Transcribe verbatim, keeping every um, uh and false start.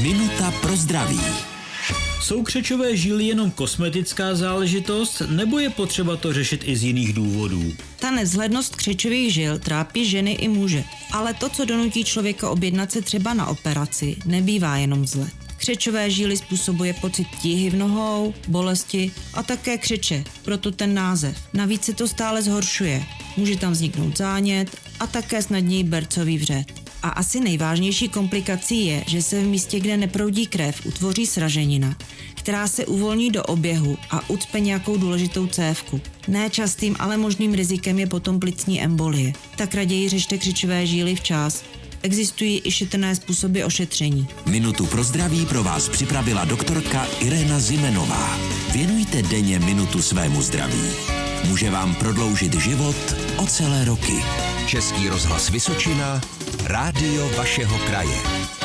Minuta pro zdraví. Jsou křečové žíly jenom kosmetická záležitost, nebo je potřeba to řešit i z jiných důvodů? Ta nevzhlednost křečových žil trápí ženy i muže, ale to, co donutí člověka objednat se třeba na operaci, nebývá jenom vzhled. Křečové žíly způsobuje pocit tíhy v nohou, bolesti a také křeče, proto ten název. Navíc se to stále zhoršuje, může tam vzniknout zánět a také snadněji bercový vřet. A asi nejvážnější komplikací je, že se v místě, kde neproudí krev, utvoří sraženina, která se uvolní do oběhu a ucpe nějakou důležitou cévku. Nečastým, ale možným rizikem je potom plicní embolie. Tak raději řešte křečové žíly včas. Existují i šetrné způsoby ošetření. Minutu pro zdraví pro vás připravila doktorka Irena Zimenová. Věnujte denně minutu svému zdraví. Může vám prodloužit život o celé roky. Český rozhlas Vysočina, rádio vašeho kraje.